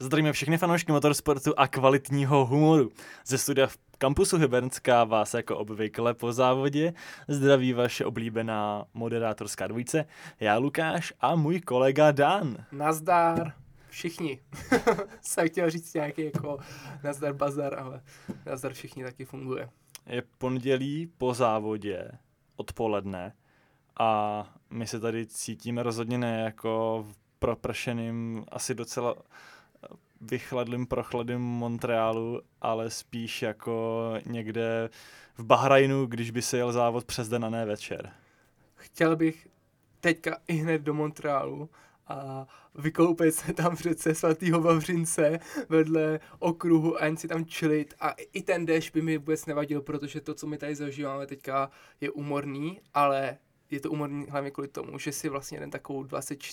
Zdravíme všechny fanoušky motorsportu a kvalitního humoru. Ze studia v kampusu Hybernská vás jako obvykle po závodě zdraví vaše oblíbená moderátorská dvojice, já Lukáš a můj kolega Dan. Nazdar všichni. Jsem chtěl říct nějaký jako nazdar bazar, ale nazdar všichni taky funguje. Je pondělí po závodě odpoledne a my se tady cítíme rozhodně ne jako v propršeným, asi docela vychladlým, prochladlým Montrealu, ale spíš jako někde v Bahrajnu, když by se jel závod přes den a ne večer. Chtěl bych teďka i hned do Montrealu a vykoupit se tam přece svatýho Vavřince vedle okruhu a jen si tam chillit a i ten déšť by mi vůbec nevadil, protože to, co my tady zažíváme teďka, je úmorný, ale je to úmorný hlavně kvůli tomu, že si vlastně jeden takovou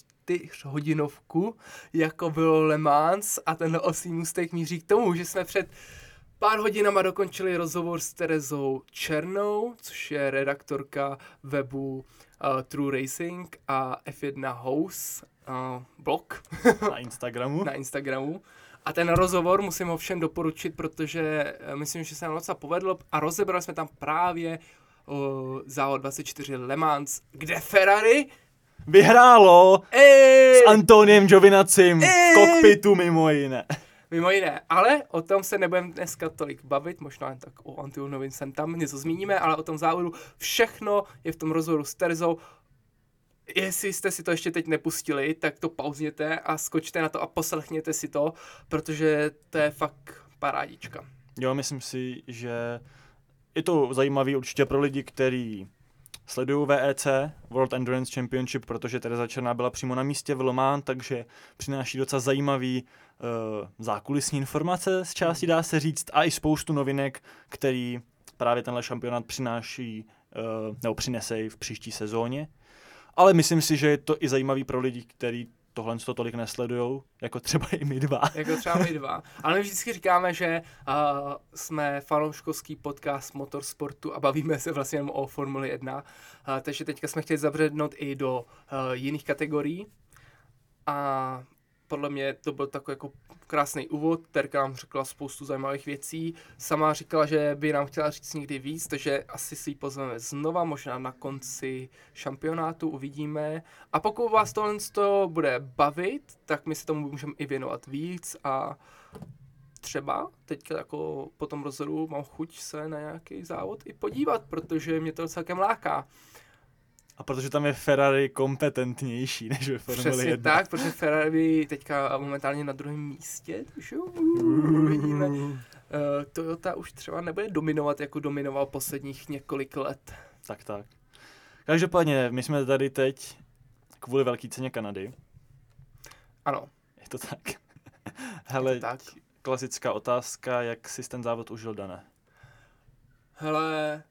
24hodinovku, jako bylo Le Mans a tenhle osmý můstek míří k tomu, že jsme před pár hodinama dokončili rozhovor s Terezou Černou, což je redaktorka webu True Racing a F1 House blog Na Instagramu. A ten rozhovor musím ho všem doporučit, protože myslím, že se nám docela povedlo a rozebrali jsme tam právě závod 24 Le Mans, kde Ferrari vyhrálo s Antoniem Giovinazim v kokpitu mimo jiné. Mimo jiné, ale o tom se nebudeme dneska tolik bavit, možná jen tak o Antoniovi sem tam něco zmíníme, ale o tom závodu všechno je v tom rozhovoru s Terezou. Jestli jste si to ještě teď nepustili, tak to pauzněte a skočte na to a poslechněte si to, protože to je fakt parádička. Jo, myslím si, že je to zajímavý určitě pro lidi, kteří sledují VEC, World Endurance Championship, protože Tereza Černá byla přímo na místě v Le Mans, takže přináší docela zajímavý zákulisní informace z části, dá se říct, a i spoustu novinek, který právě tenhle šampionát přináší nebo přinese i v příští sezóně. Ale myslím si, že je to i zajímavý pro lidi, kteří tohle to tolik nesledujou, jako třeba i my dva. Jako třeba my dva. Ale my vždycky říkáme, že jsme fanouškovský podcast motorsportu a bavíme se vlastně jen o Formuli 1. Takže teďka jsme chtěli zabřednout i do jiných kategorií. A podle mě to byl takový jako krásný úvod. Terka nám řekla spoustu zajímavých věcí. Sama říkala, že by nám chtěla říct někdy víc, takže asi si ji pozveme znova, možná na konci šampionátu, uvidíme. A pokud vás tohle bude bavit, tak my se tomu můžeme i věnovat víc a třeba teďka jako po tom rozhodu mám chuť se na nějaký závod i podívat, protože mě to celkem láká. A protože tam je Ferrari kompetentnější než ve Formuli 1. Přesně tak, protože Ferrari teďka momentálně na druhém místě, takže uvidíme. Toyota už třeba nebude dominovat, jako dominoval posledních několik let. Tak. Každopádně, my jsme tady teď kvůli velké ceně Kanady. Ano. Je to tak. Hele, klasická otázka, jak jsi ten závod užil, Dane? Hele,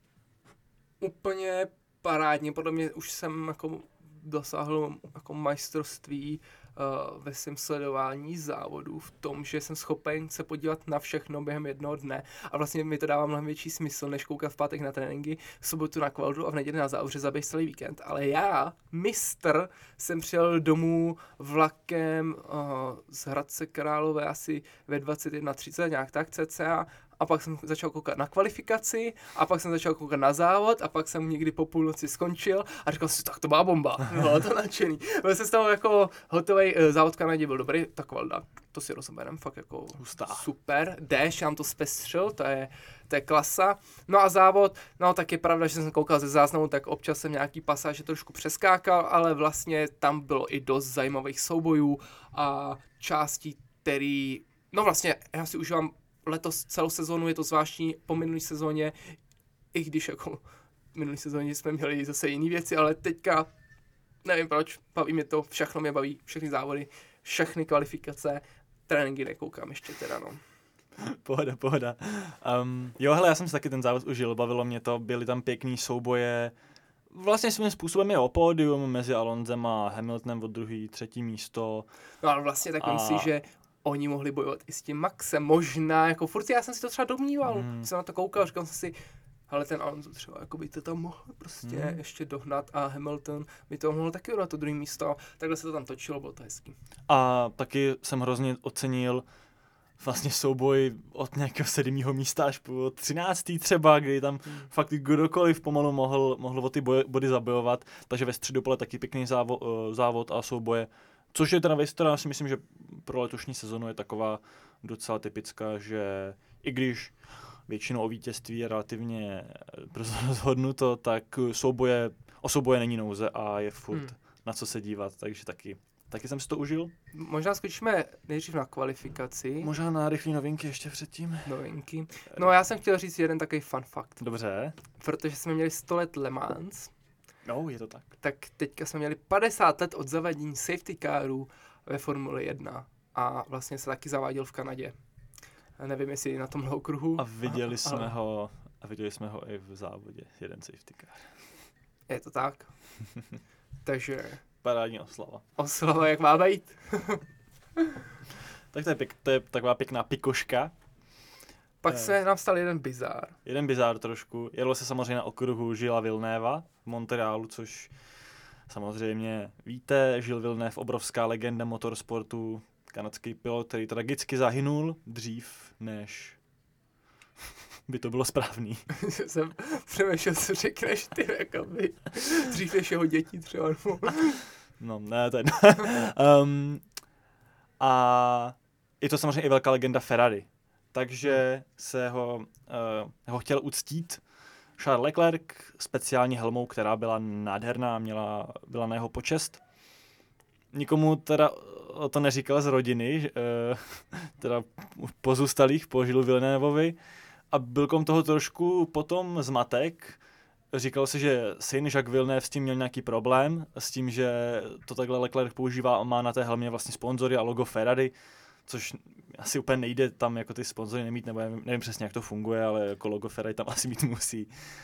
úplně parádně, podle mě už jsem jako dosáhl jako majstrovství ve svém sledování závodů v tom, že jsem schopen se podívat na všechno během jednoho dne a vlastně mi to dává mnohem větší smysl, než koukat v pátek na tréninky, v sobotu na kvaldu a v neděli na závod, že zaběh celý víkend. Ale já, mistr, jsem přijel domů vlakem z Hradce Králové asi ve 21:30, nějak tak cca, a pak jsem začal koukat na kvalifikaci, a pak jsem začal koukat na závod, a pak jsem někdy po půlnoci skončil a říkal si, tak to byla bomba, bylo to nadšený. Byl jsem z toho jako hotovej, závod v Kanadě byl dobrý, ta kvalda, to si rozeberem, fakt jako hustá. Super, déšť nám to zpestřil, to je klasa. No a závod, no tak je pravda, že jsem koukal ze záznamu, tak občas jsem nějaký pasáže trošku přeskákal, ale vlastně tam bylo i dost zajímavých soubojů a částí, který, no vlastně já si užívám letos celou sezónu, je to zvláštní po minulý sezóně, i když jako v minulý sezóně jsme měli zase jiné věci, ale teďka nevím proč, baví mě to, všechno mě baví, všechny závody, všechny kvalifikace, tréninky nekoukám ještě teda, no. Pohoda. Jo, hele, já jsem si taky ten závod užil, bavilo mě to, byly tam pěkný souboje, vlastně svým způsobem je o pódium mezi Alonsem a Hamiltonem od druhý, třetí místo. No ale vlastně tak myslím si, že oni mohli bojovat i s tím Maxem, možná, jako furt já jsem si to třeba domníval, jsem na to koukal, říkal jsem si, ale ten Alonso třeba jako by to tam mohl prostě ještě dohnat a Hamilton by to mohl taky udělat to druhé místo. Takhle se to tam točilo, bylo to hezký. A taky jsem hrozně ocenil vlastně souboj od nějakého 7. místa až po 13. třeba, kdy tam fakt kdokoliv pomalu mohl o ty body zabojovat, takže ve středu pole taky pěkný závod a souboje, což je teda věc, která si myslím, že pro letošní sezonu je taková docela typická, že i když většinou o vítězství je relativně rozhodnuto, tak o souboje není nouze a je furt na co se dívat, takže taky jsem si to užil. Možná skočíme nejdřív na kvalifikaci. Možná na rychlé novinky ještě předtím. Novinky. No já jsem chtěl říct jeden takový fun fact. Dobře. Protože jsme měli 100 let Le Mans. No, je to tak. Tak teďka jsme měli 50 let od zavádění safety carů ve Formule 1. A vlastně se taky zaváděl v Kanadě. Nevím, jestli na tomhle okruhu. A viděli jsme ho i v závodě, jeden safety car. Je to tak. Takže parádní oslava. Oslava, jak má být. Tak to je taková pěkná pikoška. Pak se nám stal jeden bizár. Jeden bizár trošku. Jelo se samozřejmě na okruhu Gillesa Villeneuva v Montrealu, což samozřejmě víte. Gilles Villeneuve, obrovská legenda motorsportu, kanadský pilot, který tragicky zahynul dřív, než by to bylo správný. Jsem přemýšlel, co řekneš ty, jakoby. Dřív než jeho děti třeba. No, ne, ten. A je to samozřejmě i velká legenda Ferrari. Takže se ho chtěl uctít Charles Leclerc speciální helmou, která byla nádherná, byla na jeho počest. Nikomu teda to neříkal z rodiny, teda pozůstalých po Gillesu Villeneuvovi, a byl kolem toho trošku potom zmatek. Říkal se, že syn Jacques Villeneuve s tím měl nějaký problém, s tím, že to takhle Leclerc používá a má na té helmě vlastně sponzory a logo Ferrari, což asi úplně nejde tam jako ty sponzory nemít, nebo nevím přesně, jak to funguje, ale jako logo Ferrari tam asi mít musí.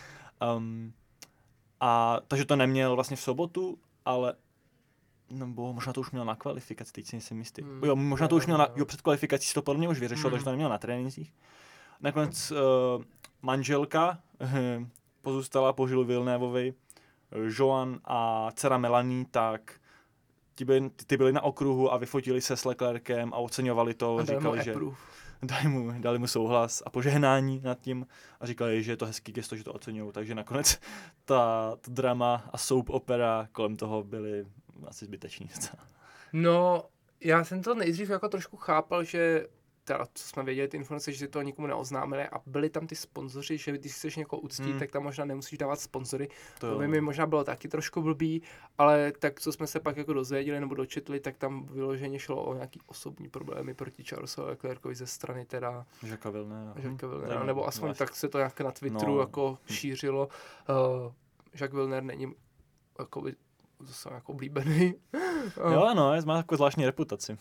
Takže to neměl vlastně v sobotu, ale nebo možná to už měl na kvalifikaci, teď si nejsem jistý. Jo, možná to už měl před kvalifikací, to podle mě už vyřešilo, takže to neměl na trénincích. Nakonec manželka pozůstala po Gillesu Villeneuvovi, Joan a dcera Melanie, tak ty byli na okruhu a vyfotili se s Leclercem a oceňovali to. A říkali, že dali mu souhlas a požehnání nad tím a říkali, že je to hezký gesto, že to oceňují. Takže nakonec ta drama a soap opera kolem toho byly asi zbytečný. No, já jsem to nejdřív jako trošku chápal, že teda, co jsme věděli, ty informace, že to nikomu neoznámili a byli tam ty sponzoři, že když chceš někoho uctít, tak tam možná nemusíš dávat sponzory. To by mi možná bylo taky trošku blbý, ale tak, co jsme se pak jako dozvěděli nebo dočetli, tak tam vyloženě šlo o nějaký osobní problémy proti Charlesovi Leclercovi ze strany teda Jacquesa Villeneuve, nebo aspoň tak se to nějak na Twitteru jako šířilo. Jacques Villeneuve není zase jako oblíbený. Jo, no, má takovou zvláštní reputaci.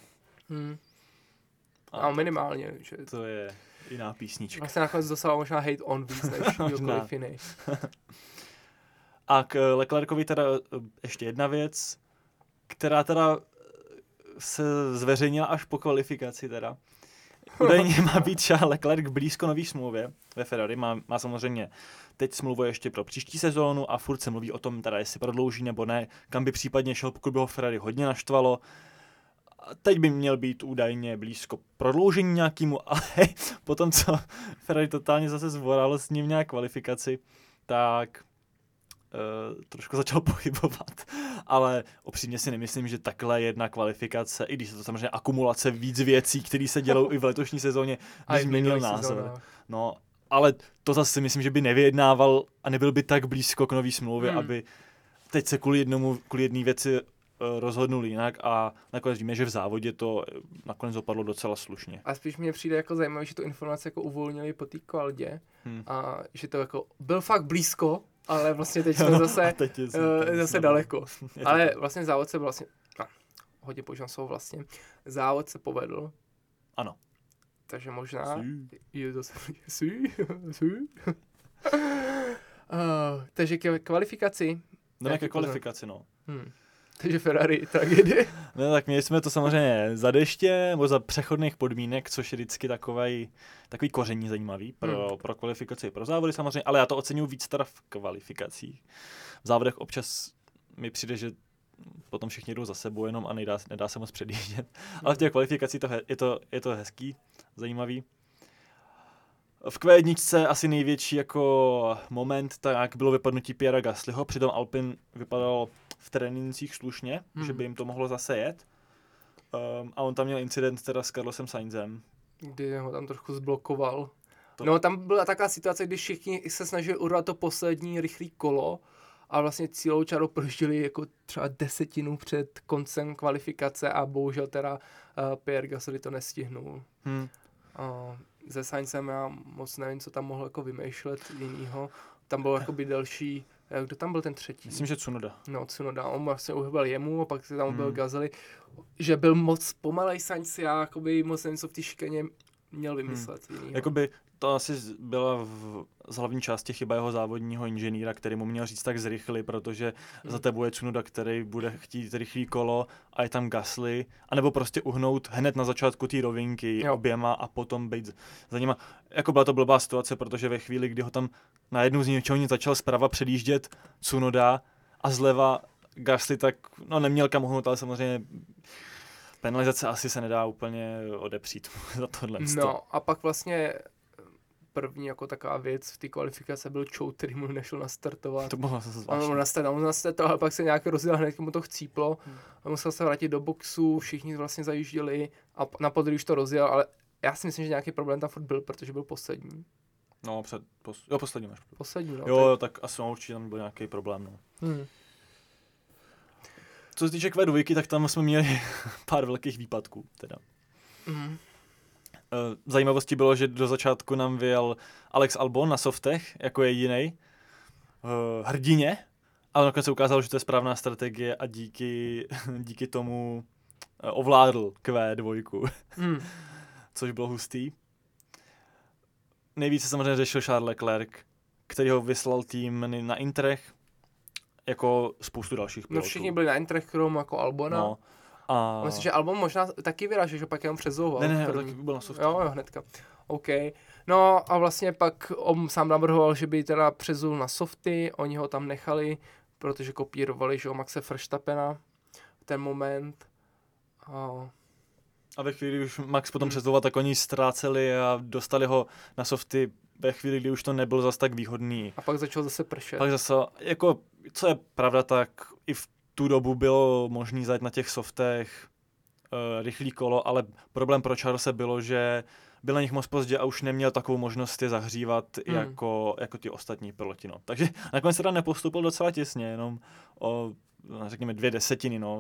A minimálně, že to je jiná písnička. A se nakonec dostala možná hate on víc než kdokoliv jiný. A k Leclercovi teda ještě jedna věc, která teda se zveřejnila až po kvalifikaci teda. Údajně má být Charles Leclerc blízko nový smlouvě ve Ferrari, má samozřejmě teď smlouvu ještě pro příští sezónu a furt se mluví o tom teda, jestli prodlouží nebo ne, kam by případně šel, pokud by ho Ferrari hodně naštvalo. Teď by měl být údajně blízko prodloužení nějakému, ale potom, co Ferrari totálně zase zvoralo s ním nějak kvalifikaci, tak trošku začal pochybovat. Ale upřímně si nemyslím, že takhle jedna kvalifikace, i když je to samozřejmě akumulace víc věcí, které se dělou i v letošní sezóně, by změnil názor. No, ale to zase si myslím, že by nevyjednával a nebyl by tak blízko k nový smlouvě, aby teď se kvůli jedné věci rozhodnul jinak a nakonec víme, že v závodě to nakonec dopadlo docela slušně. A spíš mě přijde jako zajímavé, že tu informaci jako uvolnili po té kvaldě a že to jako byl fakt blízko, ale vlastně teď jsme zase daleko. Ale vlastně závod se vlastně, hodně používám slovo vlastně, závod se povedl. Ano. Takže možná je zase takže ke kvalifikaci. No ke kvalifikaci, no. Takže Ferrari tragédie. No tak měli jsme to samozřejmě za deště, nebo za přechodných podmínek, což je vždycky takový koření zajímavý pro kvalifikaci, pro závody samozřejmě, ale já to oceňuji víc teda v kvalifikacích. V závodech občas mi přijde, že potom všichni jdou za sebou jenom a nedá se moc předjíždět. Ale v těch kvalifikacích je to hezký, zajímavý. V Q1 asi největší jako moment tak bylo vypadnutí Pierra Gaslyho, přitom Alpine vypadal v trénincích slušně, že by jim to mohlo zase jet. A on tam měl incident teda s Carlosem Sainzem. Kdy ho tam trošku zblokoval. No tam byla taková situace, kdy všichni se snažili urvat to poslední rychlé kolo a vlastně cílovou čarou projížděli jako třeba 10 před koncem kvalifikace a bohužel teda Pierre Gasly to nestihnul. Se Sainzem já moc nevím, co tam mohl jako vymýšlet jinýho. Tam byl jakoby další, kdo tam byl ten třetí? Myslím, že Tsunoda. No, Tsunoda, on vlastně uhybal jemu a pak tam byl Gasly, že byl moc pomalej Sainz, já jakoby moc nevím, co v té šikeně měl vymyslet jinýho. Jakoby to asi byla z hlavní části chyba jeho závodního inženýra, který mu měl říct tak zrychli, protože za tebou je Tsunoda, který bude chtít rychlý kolo a je tam Gasly, anebo prostě uhnout hned na začátku té rovinky oběma a potom být za nima. Jako byla to blbá situace, protože ve chvíli, kdy ho tam najednou z ničeho nic začal zprava předjíždět Tsunoda a zleva Gasly, tak no neměl kam uhnout, ale samozřejmě penalizace asi se nedá úplně odepřít za tohle. No a pak vlastně první jako taková věc v té kvalifikace byl Chow, který mu nešel nastartovat. To bylo zvláštní. On nastartoval, ale pak se nějak rozjel, hned mu to chcíplo. A musel se vrátit do boxu, všichni vlastně zajížděli a na podruhé už to rozjel, ale já si myslím, že nějaký problém tam furt byl, protože byl poslední. No, poslední máš. Poslední, no. Jo, tak asi určitě tam byl nějaký problém, no. Co se týče Q2, tak tam jsme měli pár velkých výpadků, teda. Zajímavostí bylo, že do začátku nám vyjel Alex Albon na softech, jako jedinej hrdině, ale nakonec se ukázalo, že to je správná strategie a díky tomu ovládl Q2, což bylo hustý. Nejvíce samozřejmě řešil Charles Leclerc, který ho vyslal tým na Interech, jako spoustu dalších pilotů. No všichni byli na Interech, krom jako Albona. No. A myslím, že Albon možná taky vyražil, že pak jenom přezouval. Ne, taky byl na softech. Jo, hnedka. OK. No a vlastně pak on sám navrhoval, že by teda přezul na softy, oni ho tam nechali, protože kopírovali, že Maxe Verstappena v ten moment. A ve chvíli, kdy už Max potom přezouval, tak oni ztráceli a dostali ho na softy ve chvíli, kdy už to nebyl zas tak výhodný. A pak začal zase pršet. Pak zase, jako, co je pravda, tak i v tu dobu bylo možné zajet na těch softech rychlý kolo, ale problém pro Charlese bylo, že byl na nich moc pozdě a už neměl takovou možnost je zahřívat jako ti ostatní piloti. No. Takže nakonec teda nepostupil docela těsně, jenom o, řekněme, 0,2, no,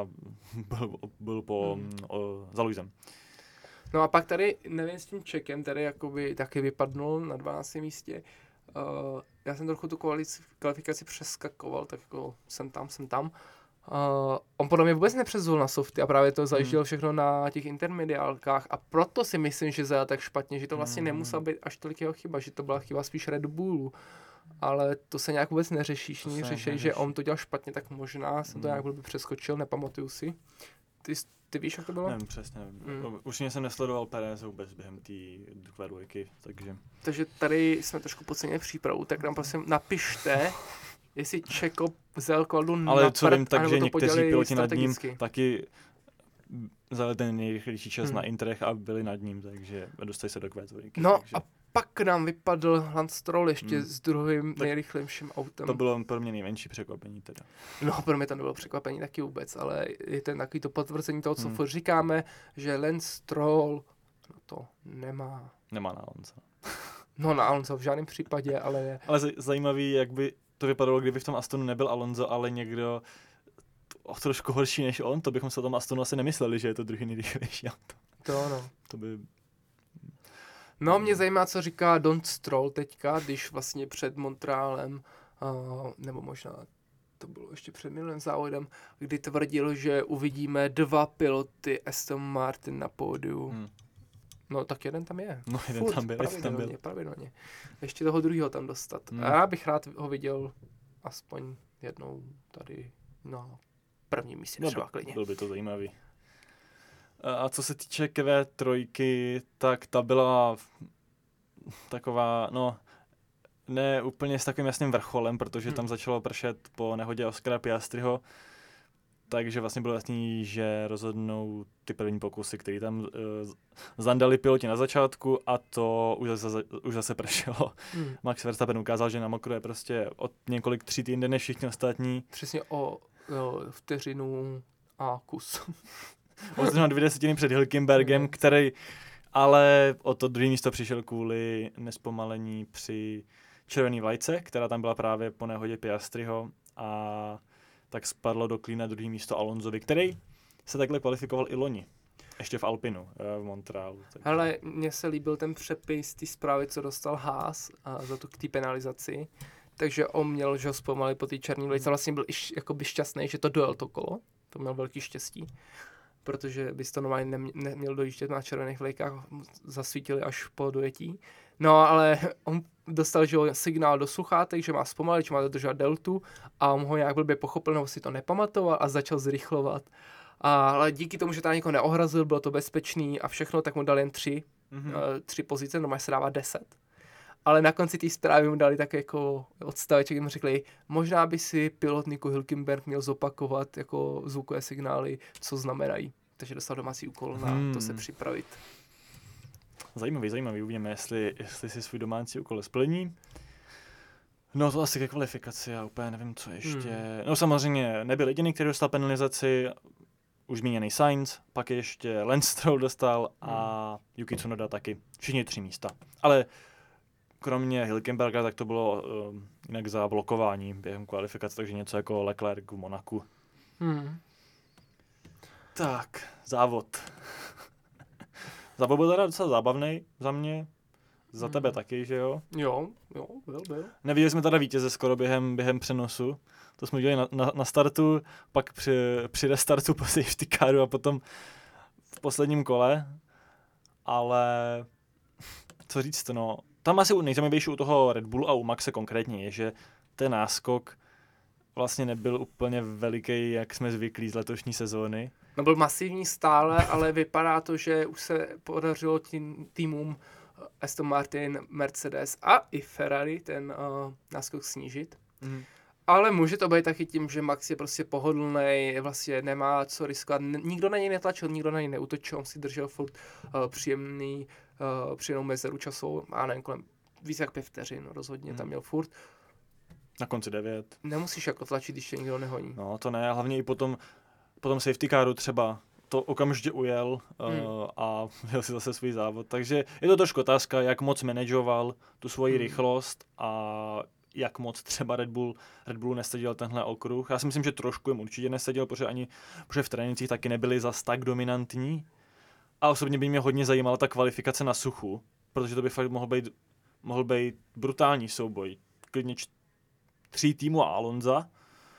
byl za Luisem. No a pak tady, nevím, s tím Čekem, tady jakoby taky vypadnul na 12. místě. Já jsem trochu tu kvalifikaci přeskakoval, tak jako jsem tam. On podle mě vůbec nepřezul na softy a právě to zajížděl všechno na těch intermediálkách a proto si myslím, že zajel tak špatně, že to vlastně nemusela být až tolik jeho chyba, že to byla chyba spíš Red Bullu. Ale to se nějak vůbec neřeší, všichni řeší, že on to dělal špatně, tak možná jsem to nějak blbě přeskočil, nepamatuju si. Ty víš, jak to bylo? Nevím, přesně nevím. Určitě jsem nesledoval Perez vůbec během té Q2, takže... Takže tady jsme trošku podcenili přípravu, tak nám prosím napište, jestli Čeko vzal kvaldu na ale co vím, takže někteří piloti nad ním taky vzali ten nejrychlejší čas na Interech a byli nad ním, takže dostali se do Q2. No takže... a pak nám vypadl Lance Stroll ještě s druhým nejrychlejším autem. To bylo pro mě nejmenší překvapení teda. No, pro mě to nebylo překvapení taky vůbec, ale je to takový to potvrzení toho, co furt říkáme, že Lance Stroll to nemá. Nemá na Alonso. No na Alonso v žádném případě, ale je. Ale zajímavý, jak by to vypadalo, kdyby v tom Astonu nebyl Alonso, ale někdo trošku horší než on, to bychom se o tom Astonu asi nemysleli, že je to druhý nejrychlejší auto. To no. To by... No, mě zajímá, co říká Don Stroll teďka, když vlastně před Montrealem, nebo možná to bylo ještě před minulým závodem, kdy tvrdil, že uvidíme 2 piloty Aston Martin na pódiu. No, tak jeden tam je. No, jeden tam byl. Pravidelně. Ještě toho druhého tam dostat. A já bych rád ho viděl aspoň jednou tady na prvním místě No, třeba klidně. byl by to zajímavý. A co se týče Q3, tak ta byla taková, no, ne úplně s takovým jasným vrcholem, protože tam začalo pršet po nehodě Oscara Piastriho, takže vlastně bylo jasný, že rozhodnou ty první pokusy, které tam zandali piloti na začátku a to už zase pršelo. Max Verstappen ukázal, že na mokru je prostě od několik 3 týdny než všichni ostatní. Přesně o vteřinu a kus. Možná 2 desetiny před Hülkenbergem, který ale o to druhé místo přišel kvůli nespomalení při červené vlajce, která tam byla právě po nehodě Piastriho a tak spadlo do klína druhé místo Alonsovi, který se takhle kvalifikoval i loni. Ještě v Alpinu, v Montrealu. Hele, mně se líbil ten přepis té zprávy, co dostal Haas za tu k té penalizaci. Takže on měl, že ho zpomalit po té černé vlajce. Vlastně byl jakoby šťastný, že to dojel to kolo. To měl velký štěstí. Protože bys to normálně neměl dojíždět na červených vlajkách, zasvítili až po dojetí. No, ale on dostal že signál do sluchátek, že má zpomalit, že má dodržovat deltu a on ho nějak blbě pochopil, nebo si to nepamatoval a začal zrychlovat. Ale díky tomu, že tam někoho neohrazil, bylo to bezpečný a všechno, tak mu dal jen 3 pozice, normálně se dává 10. Ale na konci té zprávy mu dali tak jako odstaveček, mu řekli, možná by si pilot Nico Hülkenberg měl zopakovat jako zvukové signály, co znamenají. Takže dostal domácí úkol na to se připravit. Zajímavý. Uvidíme, jestli si svůj domácí úkol splní. No to asi ke kvalifikaci, já úplně nevím, co ještě. No samozřejmě nebyl jediný, který dostal penalizaci, už zmíněný Sainz, pak ještě Lance Stroll dostal a Yuki Tsunoda taky. Všichni 3 místa. Ale kromě Hülkenberga, tak to bylo jinak za blokování během kvalifikace, takže něco jako Leclerc v Monaku. Tak, závod. Závod byl teda docela zábavný za mě, za tebe taky, že jo? Jo, byl. Neviděli jsme teda vítěze skoro během přenosu. To jsme udělali na startu, pak při restartu po safety caru a potom v posledním kole. Ale co říct, no. Tam asi nejzajímavější u toho Red Bullu a u Maxe konkrétně je, že ten náskok vlastně nebyl úplně veliký, jak jsme zvyklí z letošní sezóny. No byl masivní stále, ale vypadá to, že už se podařilo tím týmům Aston Martin, Mercedes a i Ferrari ten náskok snížit. Ale může to být taky tím, že Max je prostě pohodlný, vlastně nemá co riskovat. Nikdo na něj netlačil, nikdo na něj neutočil, on si držel furt příjemnou mezeru časovou a nevím, kolem víc jak 5 vteřin, rozhodně tam měl furt. Na konci 9. Nemusíš jako tlačit, když tě nikdo nehoní. No to ne, hlavně i potom safety caru třeba to okamžitě ujel a měl si zase svůj závod. Takže je to trošku otázka, jak moc manažoval tu svoji rychlost a jak moc třeba Red Bullu neseděl tenhle okruh. Já si myslím, že trošku jim určitě neseděl, protože v trénincích taky nebyli zas tak dominantní. A osobně by mě hodně zajímala ta kvalifikace na suchu, protože to by fakt mohl být brutální souboj. Klidně 3 týmů a Alonza,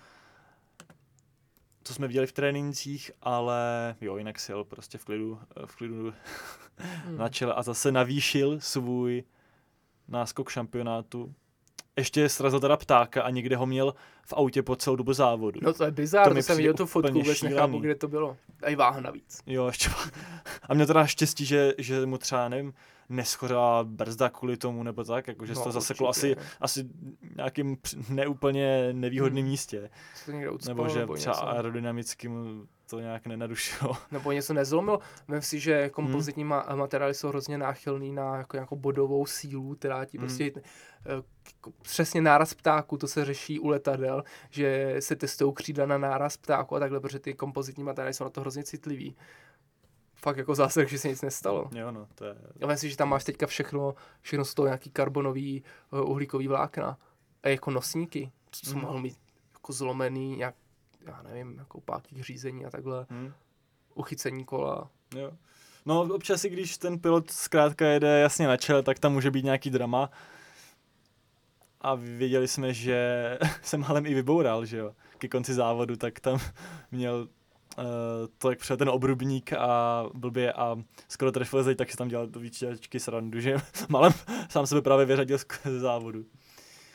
co jsme viděli v trénincích, ale jo, jinak si jel prostě v klidu na čele a zase navýšil svůj náskok šampionátu. Ještě srazil teda ptáka a někde ho měl v autě po celou dobu závodu. No to je bizár, to jsem viděl tu fotku, vůbec nechápu, kde to bylo. A i váha navíc. Jo, ještě. A měl teda štěstí, že mu třeba, nevím, neschořila brzda kvůli tomu, nebo tak, jakože se to zaseklo asi nějakým neúplně nevýhodným místě. Nebo že třeba aerodynamicky mu to nějak nenarušilo. Nebo něco nezlomilo. Vem si, že kompozitní materiály jsou hrozně náchylný na nějakou bodovou sílu, která ti prostě přesně náraz ptáku, to se řeší u letadel, že se testují křídla na náraz ptáku a takhle, protože ty kompozitní materiály jsou na to hrozně citlivý. Fakt jako zase, že se nic nestalo. Jo, no, to je. Já myslím, že tam máš teďka všechno z toho nějaký karbonový, uhlíkový vlákna. A jako nosníky, co mohl mít jako zlomený, já nevím, jako páky řízení a takhle. Uchycení kola. Jo. No občas, i když ten pilot zkrátka jede jasně na čele, tak tam může být nějaký drama. A věděli jsme, že se málem i vyboural, že jo. Ke konci závodu, tak tam měl to, jak přijel ten obrubník a blbě a skoro trefil zeď, tak se tam dělal do výčítačky srandu, že málem sám sebe právě vyřadil ze závodu.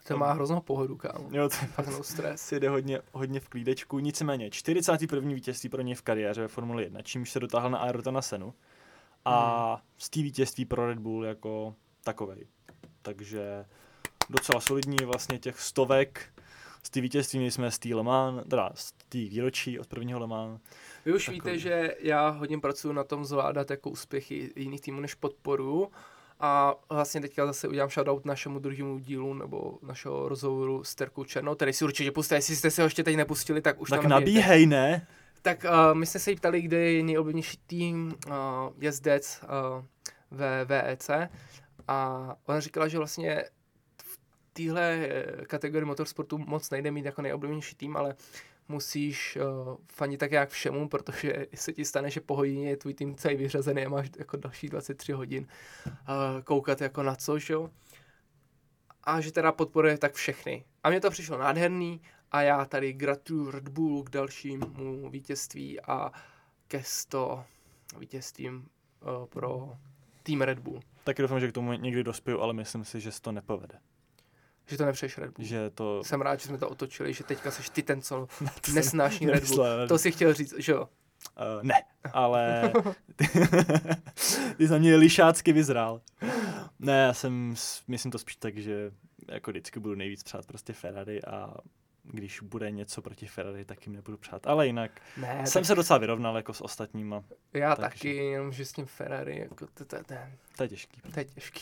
To má hroznou pohodu, kámo. Jo, to Fakt no stres. si jde hodně v klídečku. Nicméně 41. vítězství pro něj v kariéře ve Formuli 1, čímž se dotáhl na Ayrtona Senu. A z té vítězství pro Red Bull jako takovej. Takže docela solidní vlastně těch stovek. Z té vítězství my jsme z té Le Mans, teda z té výročí od prvního Le Mans. Vy už víte, že já hodně pracuji na tom zvládat jako úspěchy jiných týmů než podporu. A vlastně teďka zase udělám shoutout našemu druhému dílu nebo našeho rozhovoru s Terkou Černou, který si určitě pustíte, jestli jste se ho ještě teď nepustili, tak už tak tam nabíhej, ne? Tak my jsme se jí ptali, kde je nejoblíbenější tým jezdec ve VEC a ona říkala, že vlastně v téhle kategorii motorsportu moc nejde mít jako nejoblíbenější tým, ale musíš fandit tak jak všemu, protože se ti stane, že po hodině je tvůj tým celý vyřazený a máš jako další 23 hodin koukat jako na co, že jo? A že teda podporuje tak všechny. A mně to přišlo nádherný a já tady gratuluju Red Bullu k dalšímu vítězství a ke 100 vítězstvím pro tým Red Bull. Taky doufám, že k tomu někdy dospěju, ale myslím si, že se to nepovede. Že to nepřeješ Red Bull. Že to... Jsem rád, že jsme to otočili, že teďka seš ty ten, co nesnáší Red Bull. To si chtěl říct, že jo? Ne, ale ty za mě lišácky vyzrál. Ne, já myslím to spíš tak, že jako vždycky budu nejvíc přát prostě Ferrari a když bude něco proti Ferrari, tak jim nebudu přát. Ale jinak jsem se docela vyrovnal jako s ostatníma. Já taky, jenom že s tím Ferrari, jako to je těžký. To je těžký.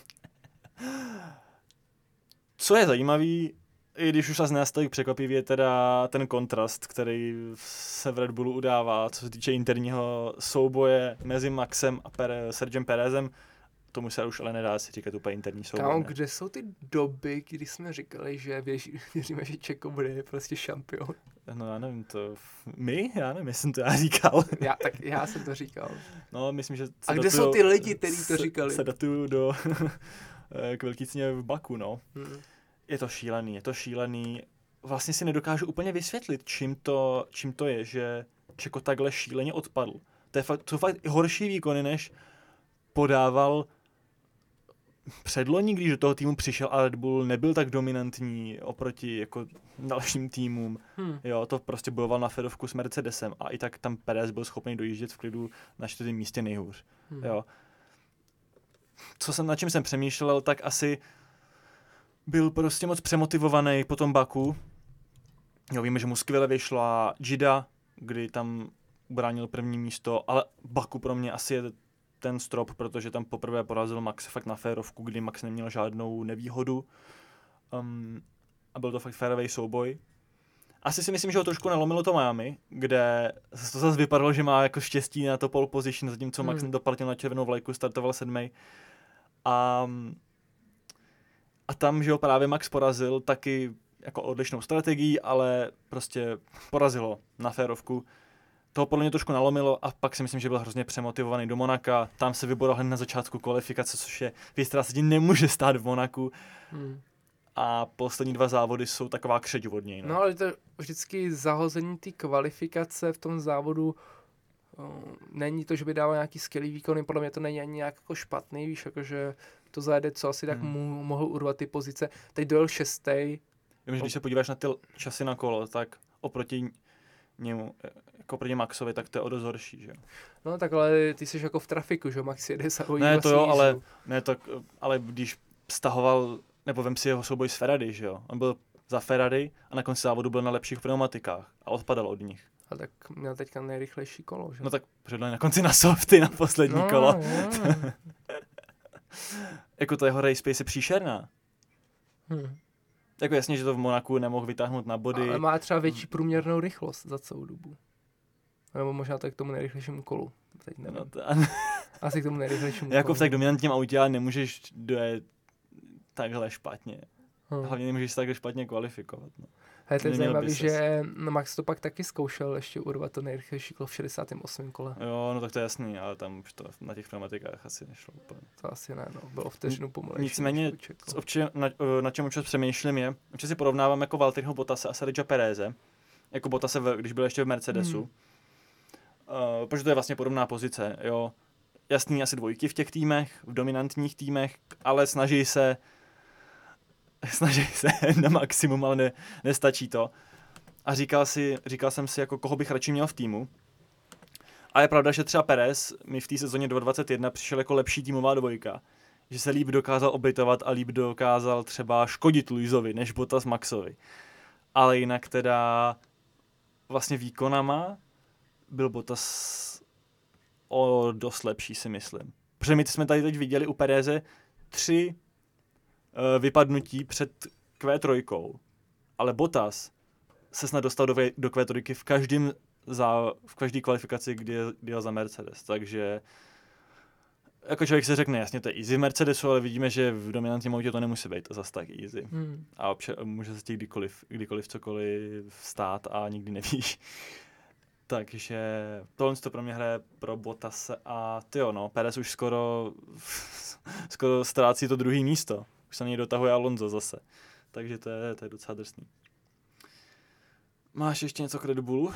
Co je zajímavý, i když už asi nestojí překvapivě, je teda ten kontrast, který se v Red Bullu udává, co se týče interního souboje mezi Maxem a Sergem Perezem. Tomu se už ale nedá si říkat úplně interní souboj. Kámo, kde jsou ty doby, kdy jsme říkali, že věříme, že Čeko bude prostě šampion? No já nevím, to my? Já nevím, jestli jsem to já říkal. Já jsem to říkal. No, myslím, že... A kde jsou ty lidi, kteří to říkali? Se datuju k velký ceně v Baku, no. Je to šílený. Vlastně si nedokážu úplně vysvětlit, čím to je, že Čeko takhle šíleně odpadl. To fakt horší výkony, než podával předloni, když do toho týmu přišel a Red Bull nebyl tak dominantní oproti jako dalším týmům. Jo, to prostě bojoval na fedovku s Mercedesem a i tak tam Perez byl schopný dojíždět v klidu na 4. místě nejhůř. Jo. Na čem jsem přemýšlel, tak asi byl prostě moc přemotivovaný po tom Baku. Jo, víme, že mu skvěle vyšla Jeddah, kdy tam ubránil první místo, ale Baku pro mě asi je ten strop, protože tam poprvé porazil Max fakt na férovku, kdy Max neměl žádnou nevýhodu a byl to fakt férový souboj. Asi si myslím, že ho trošku nalomilo to Miami, kde to zase vypadalo, že má jako štěstí na to pole position, zatímco Max nedoplatil na červenou vlajku, startoval 7. A tam, že ho právě Max porazil, taky jako odlišnou strategií, ale prostě porazilo na férovku. Toho podle mě trošku nalomilo a pak si myslím, že byl hrozně přemotivovaný do Monaka. Tam se vyboral hned na začátku kvalifikace, což je věc, která se ti nemůže stát v Monaku. A poslední 2 závody jsou taková křeď od něj. No ale to vždycky zahození ty kvalifikace v tom závodu není to, že by dával nějaký skvělý výkony, podle mě to není ani nějak jako špatný, víš, jakože to zajede, co asi tak mohl urvat ty pozice. Teď dojel 6. Když se podíváš na ty časy na kolo, tak oproti němu, jako proti Maxovi, tak to je o dost horší, že jo. No tak ale ty jsi jako v trafiku, že Max jede za hojí Ne, to jo, ale když stahoval, nebo vem si jeho souboj s Ferrari, že jo. On byl za Ferrari a na konci závodu byl na lepších pneumatikách a odpadal od nich. A tak měl teďka nejrychlejší kolo, že? No tak předle na konci na softy na poslední kolo. Jako to jeho race pace je příšerná. Jako jasně, že to v Monaku nemohl vytáhnout na body. Ale má třeba větší průměrnou rychlost za celou dobu. Nebo možná tak k tomu nejrychlejšímu kolu. Teď nevím. Asi k tomu nejrychlejšímu kolu. Jako v tak dominantním autě, ale nemůžeš dojet takhle špatně. Hlavně nemůžeš se takhle špatně kvalifikovat. No. Hej, to je zajímavý, že Max to pak taky zkoušel ještě urvat to nejrychlejší kolo v 68. kole. Jo, no tak to je jasný, ale tam už to na těch pneumatikách asi nešlo úplně. To asi ne, no. Bylo vteřinu pomalejší. Nicméně, na čem občas přemýšlím je, občas si porovnávám jako Valtteriho Bottase a Sergia Pereze, jako Bottase, když byl ještě v Mercedesu, protože to je vlastně podobná pozice, jo. Jasný, asi dvojky v těch týmech, v dominantních týmech, ale snaží se snaží se na maximum, ale nestačí to. A říkal jsem si, jako koho bych radši měl v týmu. A je pravda, že třeba Perez mi v té sezóně 2021 přišel jako lepší týmová dvojka. Že se líp dokázal obětovat a líp dokázal třeba škodit Luisovi, než Bottas Maxovi. Ale jinak teda vlastně výkonama byl Bottas o dost lepší, si myslím. Protože my jsme tady teď viděli u Pereze 3 vypadnutí před Q3, ale Bottas se snad dostal do Q3 v každé kvalifikaci, kdy jel za Mercedes, takže jako člověk se řekne, jasně, to je easy v Mercedesu, ale vidíme, že v dominantním autě to nemusí být zas tak easy. A může se ti kdykoliv cokoliv stát a nikdy nevíš. Takže tohle to pro mě hraje pro Bottase a Perez už skoro ztrácí to druhé místo. Už se na něj dotahuje Alonso zase. Takže to je docela drsný. Máš ještě něco k Red Bullu?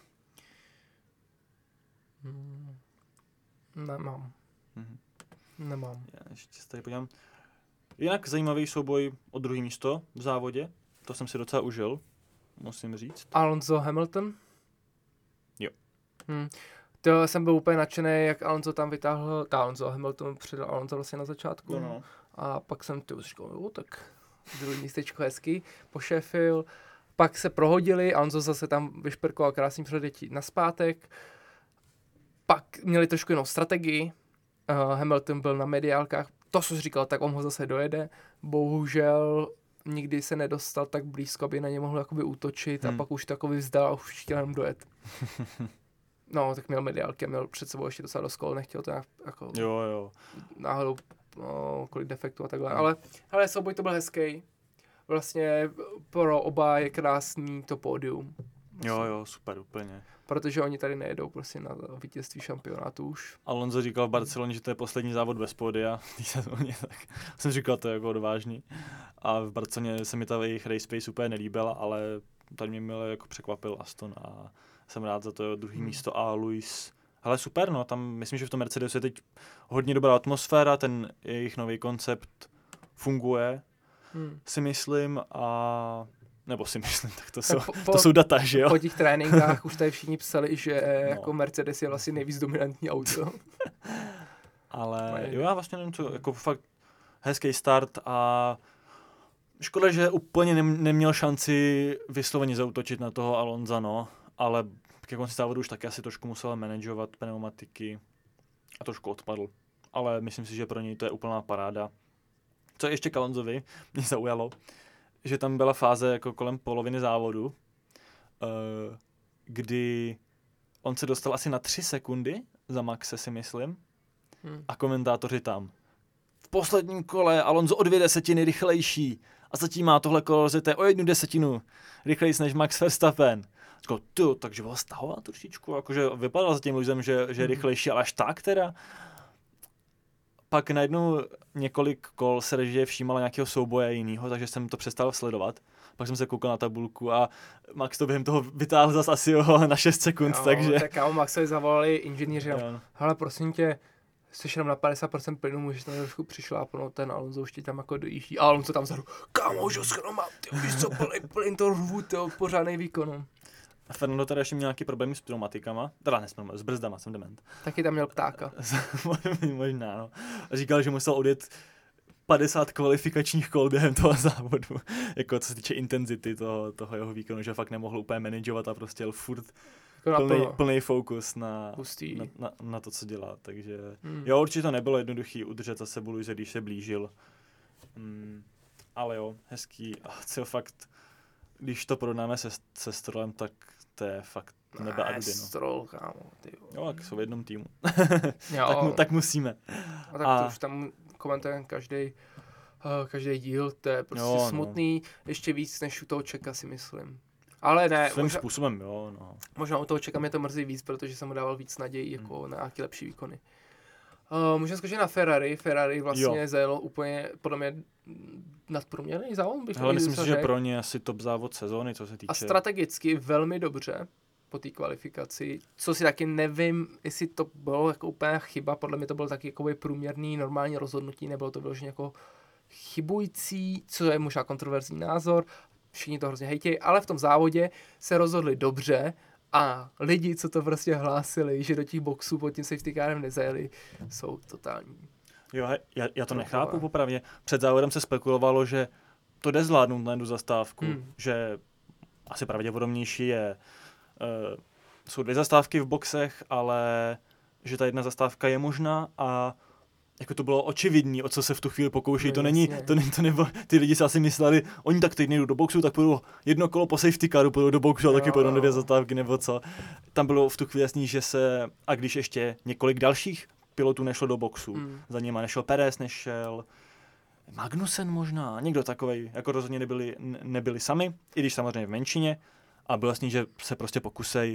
Nemám. Nemám. Já ještě se tady podívám. Jinak zajímavý souboj o druhé místo v závodě. To jsem si docela užil, musím říct. Alonso Hamilton? Jo. To jsem byl úplně nadšený, jak Alonso tam vytáhl, Hamilton přidal Alonso vlastně na začátku. No. A pak jsem říkal, tak druhý místečko hezky, pošefil. Pak se prohodili, Alonso zase tam vyšperkoval krásný předjetí nazpátek. Pak měli trošku jinou strategii. Hamilton byl na mediálkách, to, co jsi říkal, tak on ho zase dojede. Bohužel nikdy se nedostal tak blízko, aby na ně mohl jakoby útočit a pak už takový vzdal a už chtěl jenom dojet. No, tak měl mediálky a měl před sebou ještě docela dost kol, nechtěl to jako Jo. náhodou kolik defektů a takhle, ale souboj to byl hezký. Vlastně pro oba je krásný to pódium. Jo, super, úplně. Protože oni tady nejedou prostě na vítězství šampionátu už. Alonso říkal v Barceloně, že to je poslední závod bez pódia, tak jsem říkal, to je jako odvážný. A v Barceloně se mi ta jejich race pace úplně nelíbila, ale tady mě milé jako překvapil Aston a jsem rád za to druhý místo a Luis. Ale super, no, tam myslím, že v tom Mercedesu je teď hodně dobrá atmosféra, ten jejich nový koncept funguje, si myslím, tak to jsou data, že jo? Po těch tréninkách už tady všichni psali, že jako Mercedes je vlastně nejvíc dominantní auto. Ale jo, já vlastně nevím, co, jako fakt hezký start a škoda, že úplně neměl šanci vysloveně zaútočit na toho Alonza, no, ale ke konci závodu už taky asi trošku musel manažovat pneumatiky a trošku odpadl. Ale myslím si, že pro něj to je úplná paráda. Co ještě k Alonsovi mě zaujalo, že tam byla fáze jako kolem poloviny závodu, kdy on se dostal asi na 3 sekundy za Maxe, si myslím, a komentátoři tam. V posledním kole Alonso o 2 desetiny rychlejší a zatím má tohle kolo rozjeté o 1 desetinu rychlejší než Max Verstappen. Říkal, takže byl stahovat trošičku, jakože vypadal za tím Luisem, že je rychlejší, ale až tak teda. Pak najednou několik kol se režie všímala nějakého souboje jinýho, takže jsem to přestal sledovat. Pak jsem se koukal na tabulku a Max to během toho vytáhl zase asi na 6 sekund, takže... Tak kámo, Maxovi zavolali inženýři, hele, prosím tě, jsi jenom na 50% plynu, můžeš tam trošku přišlápnout, ten Alonso už ti tam jako dojíždí. A Alonso tam vzadu, kámo, že schromá, ty víš co, plyn to rvu, pořádnej výkon. A Fernando teda ještě měl nějaký problémy s pneumatikama, teda s brzdama, jsem dement. Taky tam měl ptáka. Možná, no. A říkal, že musel odjet 50 kvalifikačních kol během toho závodu, jako co se týče intenzity toho jeho výkonu, že fakt nemohl úplně manažovat a prostě jel furt jako plný fokus na to, co dělá, takže jo, určitě to nebylo jednoduchý udržet za sebou Luise, když se blížil, ale jo, hezký, co fakt, když to porovnáme se Strollem, tak to je fakt nebe a dudy, no. Stroll, kámo, ty jo. Jo, tak jsou v jednom týmu. tak musíme. A tak to už tam komentujeme každý díl, to je prostě smutný, ještě víc než u toho Čeka, si myslím. Ale ne. Svým způsobem, jo, no. Možná u toho Čeka mě to mrzí víc, protože jsem mu dával víc nadějí jako na nějaké lepší výkony. Můžeme skočit na Ferrari. Ferrari vlastně zajelo úplně, podle mě, nadprůměrný závod. Ale myslím si, že pro ně asi top závod sezóny, co se týče. A strategicky velmi dobře po té kvalifikaci, co si taky nevím, jestli to bylo jako úplně chyba, podle mě to bylo taky jako průměrný, normální rozhodnutí, nebylo to vyloženě jako chybující, co je možná kontroverzní názor, všichni to hrozně hejtějí, ale v tom závodě se rozhodli dobře a lidi, co to prostě hlásili, že do těch boxů pod tím safety carem nezajeli, jsou totální. Jo, já to nechápu popravdě. Před závodem se spekulovalo, že to jde zvládnout na jednu zastávku, že asi pravděpodobnější je, jsou 2 zastávky v boxech, ale že ta jedna zastávka je možná a jako to bylo očividný, o co se v tu chvíli pokouší. No, to nebylo, ty lidi si asi mysleli, oni tak teď nejdou do boxu, tak půjdou jedno kolo po safety caru, půjdou do boxu a taky půjdou na 2 zastávky nebo co. Tam bylo v tu chvíli jasný, že se, a když ještě několik dalších pilotů nešlo do boxu, za nima nešel Perez, nešel Magnussen možná, někdo takovej, jako rozhodně nebyli sami, i když samozřejmě v menšině, a bylo jasný, že se prostě pokusej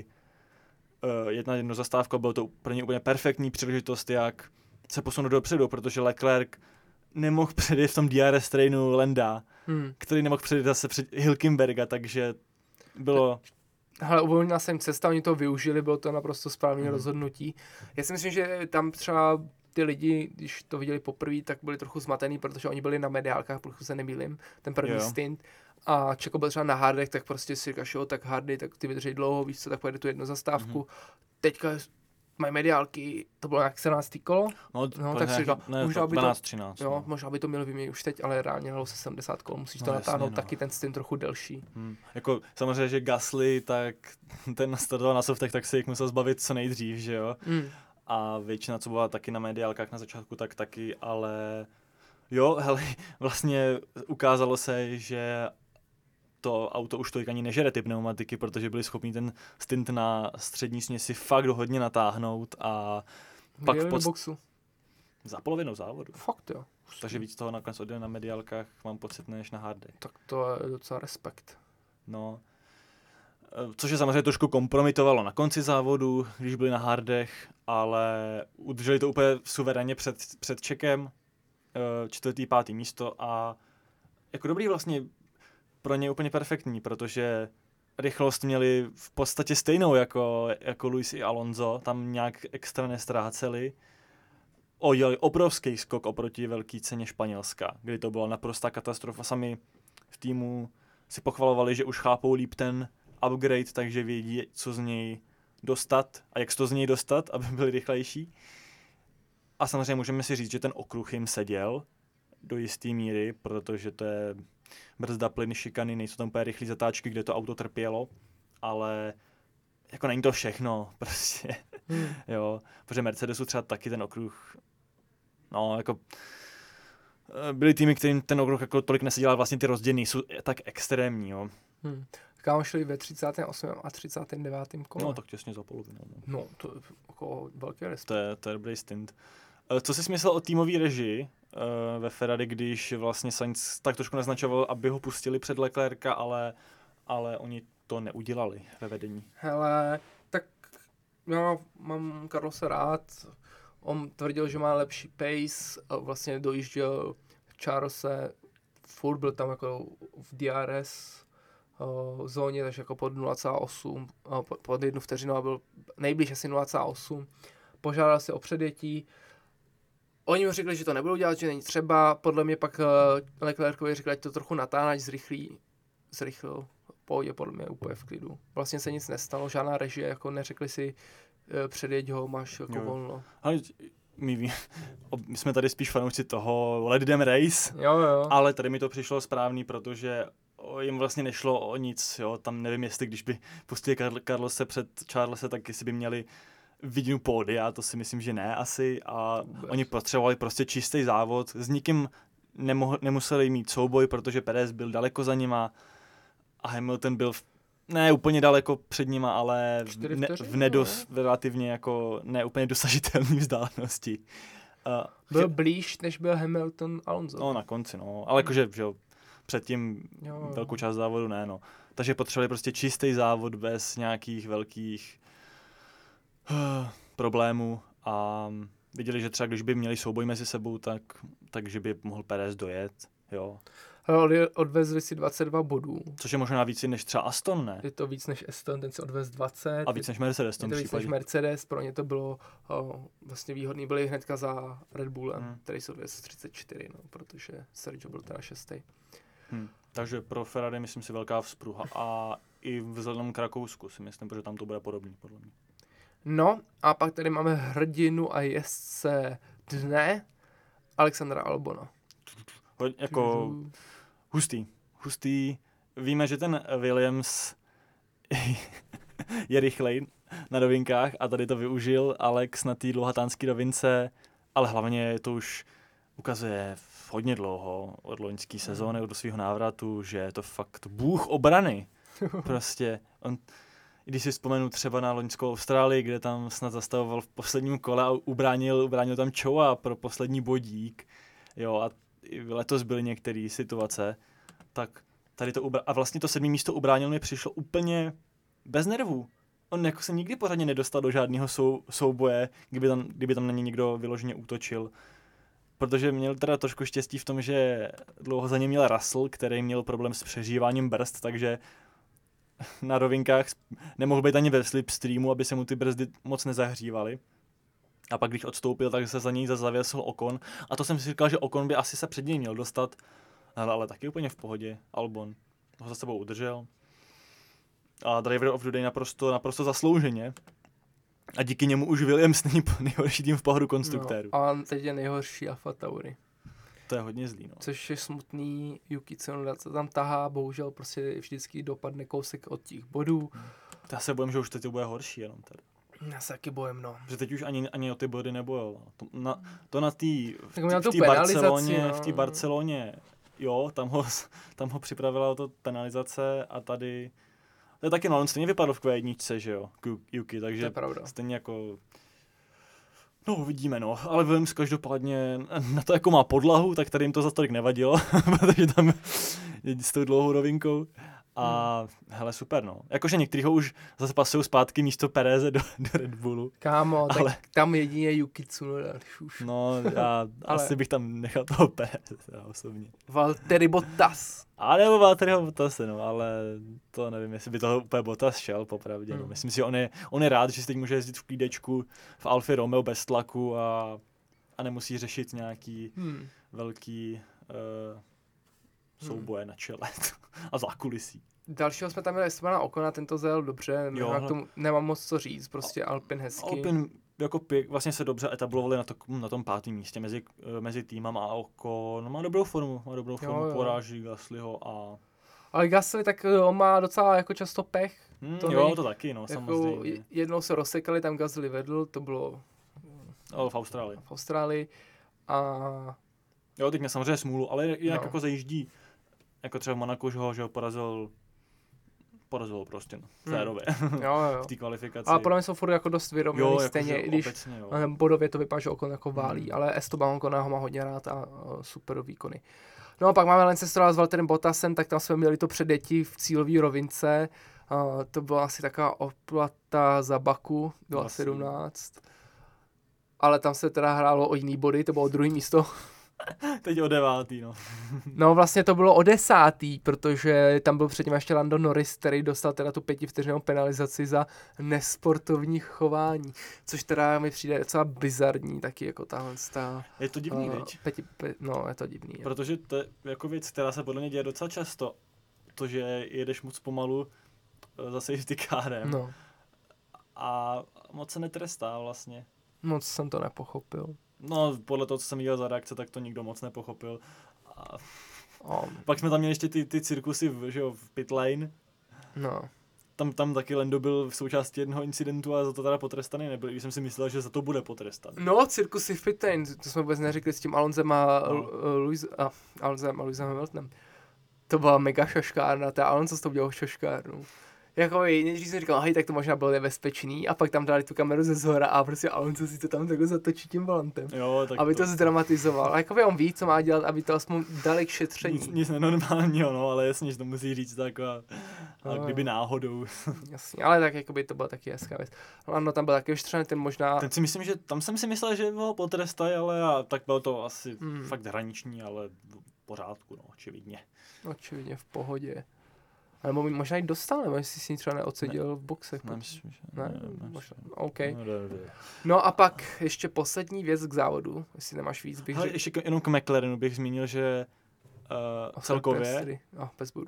jednu zastávku, bylo to pro ně úplně perfektní příležitost, jak se posunout dopředu, protože Leclerc nemohl předjet v tom DRS trainu Landa, který nemohl předjet zase před Hülkenberga, takže bylo... Hele, uvolnila se jim cesta, oni to využili, bylo to naprosto správné rozhodnutí. Já si myslím, že tam třeba ty lidi, když to viděli poprvé, tak byli trochu zmatený, protože oni byli na mediálkách, pokud se nemýlím, ten první stint. A Checo byl třeba na hardech, tak prostě si říkáš, jo, tak hardy, tak ty vydrží dlouho, víš co, tak pojede tu jednu zastávku. Teďka mají mediálky, to bylo nějak 17. kolo, tak si říkal, možná by 12-13. Jo, možná by to mělo vyměnit už teď, ale reálně halo se 70 kol, musíš to natáhnout taky ten stint trochu delší. Jako samozřejmě, že Gasly, tak ten nastartoval na softech, tak se jich musel zbavit co nejdřív, že jo. A většina, co byla taky na mediálkách na začátku, tak taky, ale jo, hele, vlastně ukázalo se, že to auto už tolik ani nežere ty pneumatiky, protože byli schopni ten stint na střední směsi fakt hodně natáhnout a pak v boxu. Za polovinou závodu. Fakt jo. Takže víc toho nakonec odjel na mediálkách, mám pocit, než na hardech. Tak to je docela respekt. No, což je samozřejmě trošku kompromitovalo na konci závodu, když byli na hardech, ale udrželi to úplně suverénně před Čekem, 4., 5. místo a jako dobrý vlastně pro ně úplně perfektní, protože rychlost měli v podstatě stejnou jako Lewis i Alonso, tam nějak extra nestráceli. Udělali obrovský skok oproti velké ceně Španělska, kdy to byla naprostá katastrofa. Sami v týmu si pochvalovali, že už chápou líp ten upgrade, takže vědí, co z něj dostat a jak to z něj dostat, aby byli rychlejší. A samozřejmě můžeme si říct, že ten okruh jim seděl do jisté míry, protože to je brzda, plyny, šikany, nejsou tam úplně rychlé zatáčky, kde to auto trpělo, ale jako není to všechno, prostě, jo, protože Mercedesu třeba taky ten okruh, no, jako byly týmy, kterým ten okruh jako tolik neseděl, vlastně ty rozdělení jsou tak extrémní, jo. Kámo šli ve 38. a 39. kole. No, tak těsně za polovinou. No, to je jako velký respekt. To je dobrý stint. Co jsi myslel o týmové režii ve Ferrari, když vlastně Sainz tak trošku naznačoval, aby ho pustili před Leclerca, ale oni to neudělali ve vedení? Hele, tak já mám Carlose rád. On tvrdil, že má lepší pace, vlastně dojížděl Charlese, furt byl tam jako v DRS zóně, takže jako pod 0,8, pod 1 vteřinu a byl nejblíž asi 0,8. Požádal si o předjetí. Oni mu řekli, že to nebudou dělat, že není třeba. Podle mě pak Leclercovi řekli, ať to trochu natáhne, ať zrychlil. Pohodě, podle mě úplně v klidu. Vlastně se nic nestalo, žádná režie, jako neřekli si předjeď ho, máš jako volno. Ale my jsme tady spíš fanoušci toho let them race, jo. Ale tady mi to přišlo správný, protože jim vlastně nešlo o nic, jo. Tam nevím, jestli když by pustili Carlose před Charlese, tak jestli by měli vidinu pódia, to si myslím, že ne asi a oni potřebovali prostě čistý závod, s nikým nemuseli mít souboj, protože Perez byl daleko za nima a Hamilton byl ne úplně daleko před nima, ale relativně jako ne úplně dosažitelný vzdálenosti. Byl blíž, než byl Hamilton Alonso. No na konci, no, ale jakože, že jo, předtím velkou část závodu ne, no. Takže potřebovali prostě čistý závod bez nějakých velkých problémů a viděli, že třeba když by měli souboj mezi sebou, takže by mohl Perez dojet, jo. Odvezli si 22 bodů. Což je možná víc než třeba Aston, ne? Je to víc než Aston, ten si odvez 20. A víc než Mercedes v je tom to víc případě. než Mercedes, pro ně to bylo vlastně výhodný, byli hnedka za Red Bullem, který si odvez 34, no, protože Sergio byl teda 6. Takže pro Ferrari myslím si velká vzpruha a i vzhledem k Rakousku si myslím, protože tam to bude podobný, podle mě. No a pak tady máme hrdinu a jezdce dne, Alexandra Albona. Jako hustý. Víme, že ten Williams je rychlej na rovinkách a tady to využil Alex na té dlouhatánské rovince, ale hlavně to už ukazuje hodně dlouho od loňské sezóny, od svého návratu, že je to fakt bůh obrany. Prostě on, když si vzpomenu třeba na loňskou Austrálii, kde tam snad zastavoval v posledním kole a ubránil tam Choua pro poslední bodík, jo, a letos byly některé situace, tak tady to a vlastně to 7. místo ubránil mi přišlo úplně bez nervů. On jako se nikdy pořádně nedostal do žádného souboje, kdyby tam na ně někdo vyloženě útočil. Protože měl teda trošku štěstí v tom, že dlouho za ním měl Russell, který měl problém s přežíváním brzd, takže na rovinkách nemohl být ani ve slipstreamu, aby se mu ty brzdy moc nezahřívaly. A pak, když odstoupil, tak se za něj zavěsil Ocon. A to jsem si říkal, že Ocon by asi se před něj měl dostat. Ale taky úplně v pohodě. Albon ho za sebou udržel. A Driver of the Day naprosto zaslouženě. A díky němu už Williams není nejhorší tým v pohodu konstruktérů. No, a teď je nejhorší Alfa Tauri. To je hodně zlý, no. Což je smutný, Yuki Tsunoda se tam tahá, bohužel prostě vždycky dopadne kousek od těch bodů. Já se bojím, že už teď to bude horší jenom tady. Já se taky bojím, no. Že teď už ani o ty body nebojoval. To na té Barceloně, jo, tam ho připravila to penalizace a tady, to je taky, no, on stejně vypadl v Q1, že jo, Yuki, takže stejně jako, no uvidíme, no, ale Williams každopádně na to, jako má podlahu, tak tady jim to za tolik nevadilo, protože tam je s tou dlouhou rovinkou. A hele, super, no. Jakože některý ho už zase pasují zpátky místo Pereze do Red Bullu. Kámo, ale tak tam jedině Yuki Tsunoda, už. No, já asi bych tam nechal toho Pereze, osobně. Valtteri Bottas. A nebo Valtteriho Bottase, no, ale to nevím, jestli by toho úplně Bottas šel, popravdě. No. Myslím si, že on je rád, že si teď může jezdit v klídečku v Alfě Romeo bez tlaku a nemusí řešit nějaký velký souboje na čele a zákulisí. Dalšího jsme tam měli Estebana Ocona, tento zajel dobře, nemám moc co říct, prostě Alpin hezky. Alpin jako vlastně se dobře etablovali na tom 5. místě mezi týmem a Ocon má dobrou formu, poráží Gaslyho a... Ale Gasly tak on má docela jako často pech. To taky, no, jako samozřejmě. Jednou se rozsekali, tam Gasly vedl, to bylo... v Austrálii. V Austrálii a... Jo, teď mě samozřejmě smůlu, ale jinak jako zajíždí, jako třeba v Monaku, že ho porazil prostě, férově, v té kvalifikaci. Ale podle mě jsou furt jako dost vyrovnaný stejně, i když obecně, bodově to vypadá, že Ocon jako válí, ale Esteban Ocon ho má hodně rád a super výkony. No a pak máme Lance Strolla s Valtterem Bottasem, tak tam jsme měli to předjetí v cílové rovince, to byla asi taková oplata za Baku, byla 17. Ale tam se teda hrálo o jiný body, to bylo 2. místo. Teď o 9. no. No vlastně to bylo o 10. protože tam byl předtím ještě Lando Norris, který dostal teda tu 5vteřinovou penalizaci za nesportovní chování, což teda mi přijde docela bizarní, taky jako tahle. Je to divný, viď? No, je to divný. Protože to je jako věc, která se podle mě děje docela často, to, že jedeš moc pomalu za safety carem a moc se netrestá vlastně. Moc jsem to nepochopil. No, podle toho, co jsem viděl za reakce, tak to nikdo moc nepochopil. A pak jsme tam měli ještě ty cirkusy v pit lane. No. Tam taky Lando byl v součástí jednoho incidentu a za to teda potrestaný nebyl, když jsem si myslel, že za to bude potrestaný. No, cirkusy v pit lane, to jsme vůbec neřekli s tím Alonsem a Lewisem Hamiltonem. To byla mega šaškárna, Alonso s tou dělal šaškárnu. Jako nejdřív jsem říkal, hej, tak to možná bylo nebezpečný, a pak tam dali tu kameru ze zhora a prostě Alonso si to tam takhle zatočí tím volantem, aby to zdramatizoval. A jakoby on ví, co má dělat, aby to aspoň dali k šetření. Nic nenormálního, no, ale jasně, že to musí říct tak a kdyby náhodou. Jasně, ale tak jakoby to byla taky hezká věc. Ano, tam byl taky vyštřený, ten možná... Ten si myslím, že tam jsem si myslel, že ho potrestají, ale tak bylo to asi fakt hraniční, ale pořádku, no, očividně. Očividně v pohodě. Nebo možná i dostal, nebo jestli si třeba neodseděl v boxech. Nemyslím, že... Ne, možná, OK. No, dobře. No a pak ještě poslední věc k závodu, jestli nemáš víc, bych Hele, řekl. ještě jenom k McLarenu bych zmínil, že celkově, bez bodu.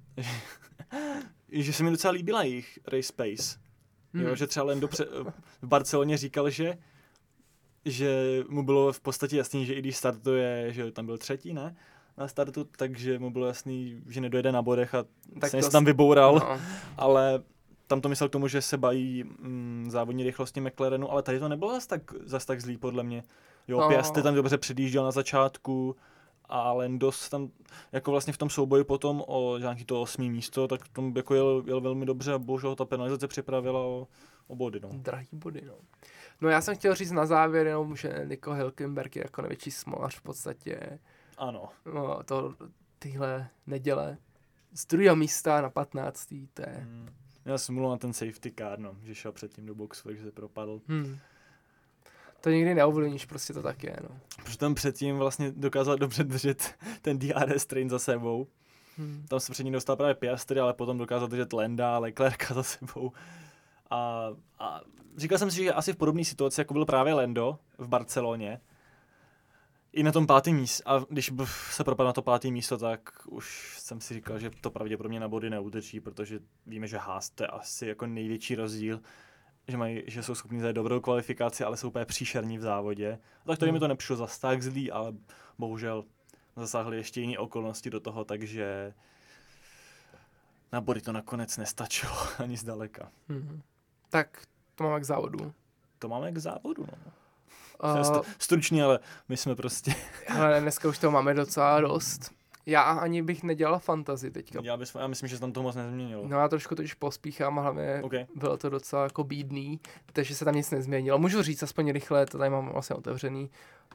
že se mi docela líbila jejich race pace. Jo, že třeba Lando v Barceloně říkal, že mu bylo v podstatě jasný, že i když startuje, že tam byl třetí, ne? Na startu, takže mu bylo jasný, že nedojede na bodech a se tam vyboural, no. Ale tam to myslel k tomu, že se bají závodní rychlosti McLarenu, ale tady to nebylo zas tak zlý podle mě. Jo, Piastri tam dobře předjížděl na začátku a Lendos tam jako vlastně v tom souboji potom o nějaký to 8. místo, tak tom jako jel velmi dobře a bohužel ta penalizace připravila o body. No. Drahý body, no. No já jsem chtěl říct na závěr jenom, že Nico Hülkenberg je jako největší smolař v podstatě. Ano. No, tyhle neděle z 2. místa na 15. to je... Já jsem mluvil na ten safety car, no, že šel předtím do boxu, takže se propadl. To nikdy neovlivníš, prostě to tak je, no. Protože tam předtím vlastně dokázal dobře držet ten DRS train za sebou. Tam se před ní dostal právě Piastri, ale potom dokázal držet Landa a Leclerca za sebou. A říkal jsem si, že asi v podobné situaci, jako byl právě Lando v Barceloně, i na tom 5. místě. A když se propadl na to 5. místo, tak už jsem si říkal, že to pravděpodobně na body neudrží, protože víme, že Haas to je asi jako největší rozdíl, že jsou schopni zajet dobrou kvalifikaci, ale jsou úplně příšerní v závodě. A tak tady mi to nepřišlo zas tak zlý, ale bohužel zasáhly ještě jiné okolnosti do toho, takže na body to nakonec nestačilo ani zdaleka. Tak to máme k závodu. To máme k závodu, no. Stručně, ale my jsme prostě... Ale dneska už toho máme docela dost. Já ani bych nedělal fantasy teďka. Já myslím, že se tam to moc nezměnilo. No já trošku totiž pospíchám a hlavně bylo to docela jako bídný, takže se tam nic nezměnilo. Můžu říct aspoň rychle, to tady mám vlastně otevřený.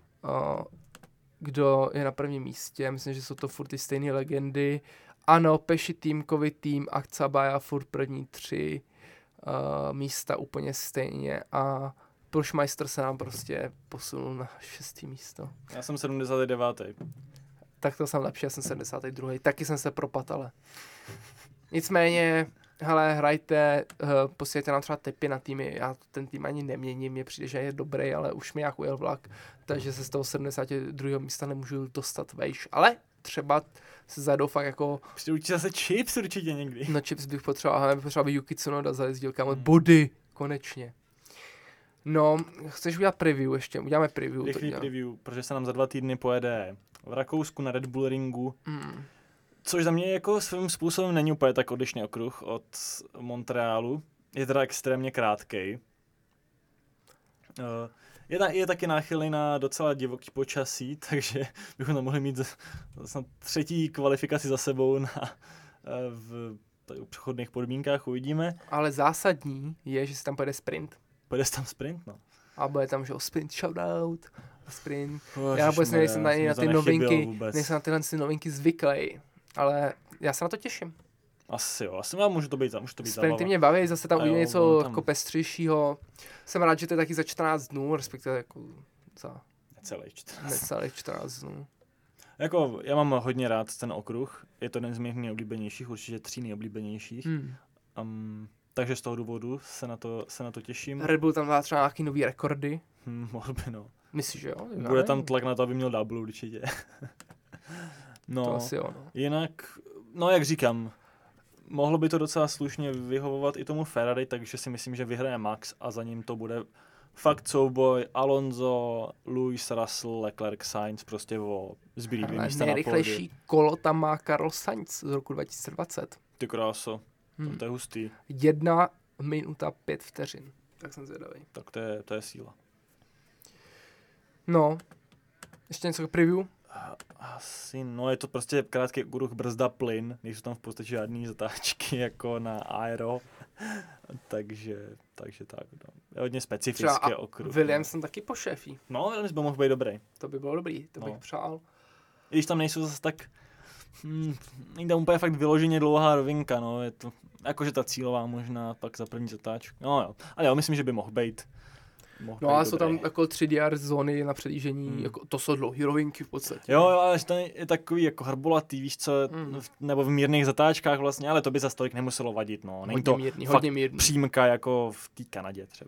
Kdo je na prvním místě, myslím, že jsou to furt ty stejné legendy. Ano, Peši týmkový tým, Akcabaja furt první 3 místa úplně stejně a Pushmeister se nám prostě posunul na 6. místo. Já jsem 79. Tak to jsem lepší, já jsem 72. Taky jsem se propadl, ale. Nicméně, hele, hrajte, posílejte nám třeba tipy na týmy, já ten tým ani neměním, mně přijde, že je dobrý, ale už mi nějak ujel vlak, takže se z toho 72. místa nemůžu dostat vejš, ale třeba se zajedou fakt jako... Určitě zase Chips určitě někdy. No Chips bych potřeboval, by Yuki Tsunoda zajezdil kam body, konečně. No, chceš udělat preview ještě? Uděláme preview. Rychlý preview, protože se nám za 2 týdny pojede v Rakousku na Red Bull Ringu. Což za mě jako svým způsobem není úplně tak odlišný okruh od Montrealu. Je teda extrémně krátkej. Je taky náchylný na docela divoký počasí, takže bychom tam mohli mít snad 3. kvalifikaci za sebou v přechodných podmínkách, uvidíme. Ale zásadní je, že se tam pojede sprint. Pojede tam sprint, no. A bude tam, že sprint shoutout, sprint. Já vůbec nejsem na ty novinky, nejsem na tyhle novinky zvyklý, ale já se na to těším. Asi jo, může to být zábava. Sprinty mě baví, zase tam uvidím něco jako pestřejšího. Jsem rád, že to je taky za 14 dnů, respektive jako za necelých 14 dnů. Jako, já mám hodně rád ten okruh, je to jeden z mých nejoblíbenějších, určitě 3 nejoblíbenějších. Takže z toho důvodu se na to těším. Red Bull tam dá třeba nějaký nový rekordy. Mohl by, no. Myslíš, že jo? Bude tam tlak na to, aby měl double určitě. No, to asi jo, no. Jinak, no jak říkám, mohlo by to docela slušně vyhovovat i tomu Ferrari, takže si myslím, že vyhraje Max a za ním to bude fakt souboj Alonso, Lewis, Russell, Leclerc, Sainz, prostě o zbylý 2 místa na pódiu. Nejrychlejší kolo tam má Carlos Sainz z roku 2020. Ty kráso, to je hustý. 1 minuta 5 vteřin. Tak jsem zvědavý. Tak to je síla. No, ještě něco k preview? Asi, no je to prostě krátký okruh, brzda, plyn, nejsou tam v podstatě žádný zatáčky jako na aero, takže tak, no. Je hodně specifické okruh. Williamson taky po šéfí. No, Williams by mohl být dobrý. To by bylo dobrý, to bych přál. I když tam nejsou zase tak, není tam úplně fakt vyloženě dlouhá rovinka, no, je to, jakože ta cílová možná, pak za první zatáčku, no jo, ale já myslím, že by mohl být. No a jsou tam jako 3DR zóny na předjíždění, jako, to jsou dlouhý rovinky v podstatě. Jo, ale to je takový jako harbolatý, víš co, nebo v mírných zatáčkách vlastně, ale to by za tolik nemuselo vadit, no. Není to hodně mírný. Přímka jako v té Kanadě třeba.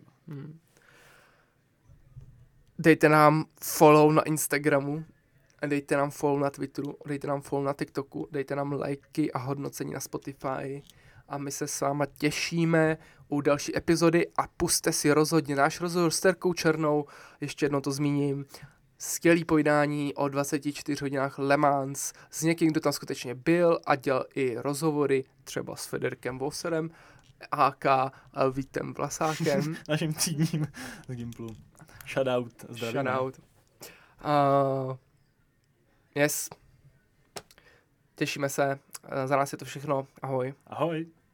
Dejte nám follow na Instagramu, dejte nám follow na Twitteru, dejte nám follow na TikToku, dejte nám lajky a hodnocení na Spotify a my se s váma těšíme u další epizody a pusťte si rozhodně náš rozhovor s Terkou Černou, ještě jednou to zmíním, skvělý povídání o 24 hodinách Le Mans s někým, kdo tam skutečně byl a dělal i rozhovory, třeba s Federkem Vosserem, a.k. Vítem Vlasákem. Naším třídním z Gimplu. Shoutout. Zdravíme. Shoutout. Yes. Těšíme se. Za nás je to všechno. Ahoj. Ahoj.